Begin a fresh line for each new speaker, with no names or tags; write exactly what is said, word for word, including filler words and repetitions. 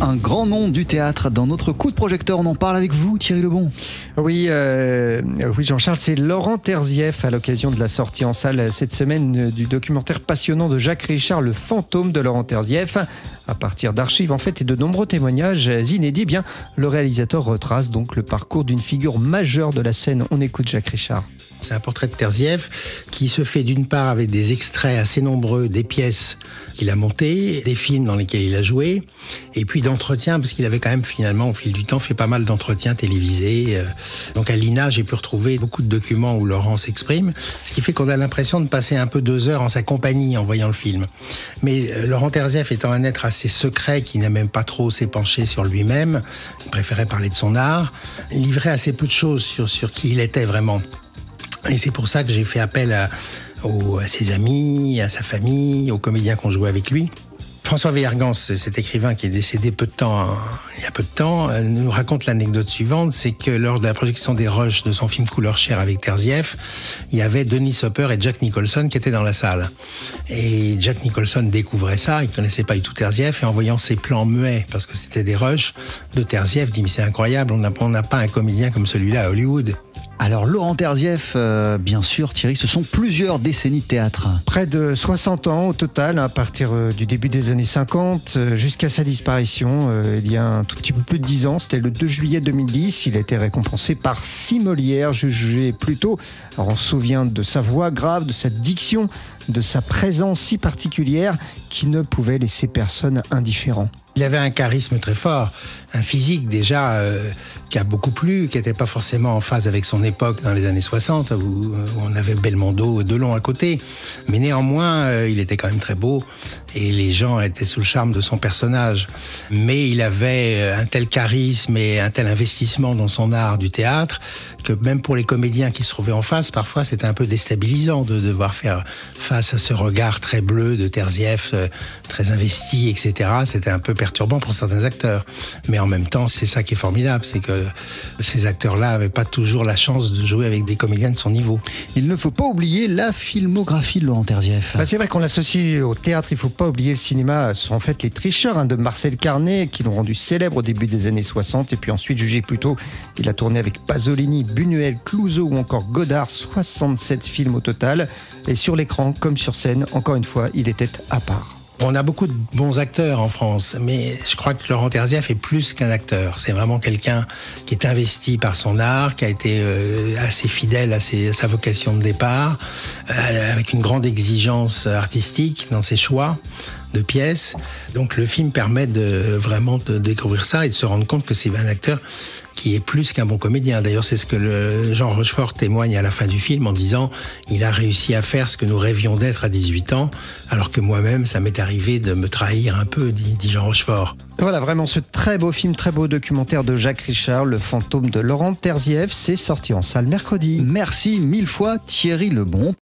Un grand nom du théâtre dans notre coup de projecteur. On en parle avec vous, Thierry Lebon.
Oui, euh, oui Jean-Charles, c'est Laurent Terzieff à l'occasion de la sortie en salle cette semaine du documentaire passionnant de Jacques Richard, Le fantôme de Laurent Terzieff. À partir d'archives en fait et de nombreux témoignages inédits, eh bien, le réalisateur retrace donc le parcours d'une figure majeure de la scène. On écoute Jacques Richard.
C'est un portrait de Terzieff qui se fait d'une part avec des extraits assez nombreux des pièces qu'il a montées, des films dans lesquels il a joué, et puis d'entretiens, parce qu'il avait quand même finalement au fil du temps fait pas mal d'entretiens télévisés. Donc à l'I N A, j'ai pu retrouver beaucoup de documents où Laurent s'exprime, ce qui fait qu'on a l'impression de passer un peu deux heures en sa compagnie en voyant le film. Mais Laurent Terzieff étant un être assez secret qui n'a même pas trop s'épanché sur lui-même, il préférait parler de son art, il livrait assez peu de choses sur, sur qui il était vraiment. Et c'est pour ça que j'ai fait appel à, aux, à ses amis, à sa famille, aux comédiens qui ont joué avec lui. François Villard-Gans, cet écrivain qui est décédé peu de temps, il y a peu de temps, nous raconte l'anecdote suivante, c'est que lors de la projection des Rushs de son film Couleur chair avec Terzieff, il y avait Dennis Hopper et Jack Nicholson qui étaient dans la salle. Et Jack Nicholson découvrait ça, il connaissait pas du tout Terzieff, et en voyant ses plans muets, parce que c'était des Rushs de Terzieff, dit mais c'est incroyable, on n'a on n'a pas un comédien comme celui-là à Hollywood.
Alors Laurent Terzieff, euh, bien sûr Thierry, ce sont plusieurs décennies de théâtre.
Près de soixante ans au total, à partir du début des années cinquante jusqu'à sa disparition, euh, il y a un tout petit peu plus de dix ans, c'était le deux juillet deux mille dix, il a été récompensé par six Molières, jugé plus tôt. Alors on se souvient de sa voix grave, de sa diction, de sa présence si particulière qui ne pouvait laisser personne indifférent.
Il avait un charisme très fort, un physique déjà euh, qui a beaucoup plu, qui n'était pas forcément en phase avec son époque dans les années soixante, où, où on avait Belmondo et Delon à côté. Mais néanmoins, euh, il était quand même très beau et les gens étaient sous le charme de son personnage. Mais il avait un tel charisme et un tel investissement dans son art du théâtre que même pour les comédiens qui se trouvaient en face, parfois c'était un peu déstabilisant de devoir faire face à ce regard très bleu de Terzieff, euh, très investi, et cetera. C'était un peu perturbant pour certains acteurs. Mais en même temps, c'est ça qui est formidable, c'est que ces acteurs-là n'avaient pas toujours la chance de jouer avec des comédiens de son niveau.
Il ne faut pas oublier la filmographie de Laurent Terzieff.
Bah c'est vrai qu'on l'associe au théâtre, il ne faut pas oublier le cinéma. Ce sont en fait Les Tricheurs hein, de Marcel Carné qui l'ont rendu célèbre au début des années soixante et puis ensuite jugé plus tôt. Il a tourné avec Pasolini, Buñuel, Clouzot ou encore Godard, soixante-sept films au total. Et sur l'écran comme sur scène, encore une fois, il était à part.
On a beaucoup de bons acteurs en France, mais je crois que Laurent Terzieff est plus qu'un acteur. C'est vraiment quelqu'un qui est investi par son art, qui a été euh, assez fidèle à, ses, à sa vocation de départ, euh, avec une grande exigence artistique dans ses choix de pièces. Donc le film permet de vraiment de découvrir ça et de se rendre compte que c'est un acteur qui est plus qu'un bon comédien. D'ailleurs, c'est ce que le Jean Rochefort témoigne à la fin du film en disant « Il a réussi à faire ce que nous rêvions d'être à dix-huit ans, alors que moi-même, ça m'est arrivé de me trahir un peu », dit, dit Jean Rochefort.
Voilà, vraiment ce très beau film, très beau documentaire de Jacques Richard, Le fantôme de Laurent Terzieff, c'est sorti en salle mercredi.
Merci mille fois Thierry Lebon.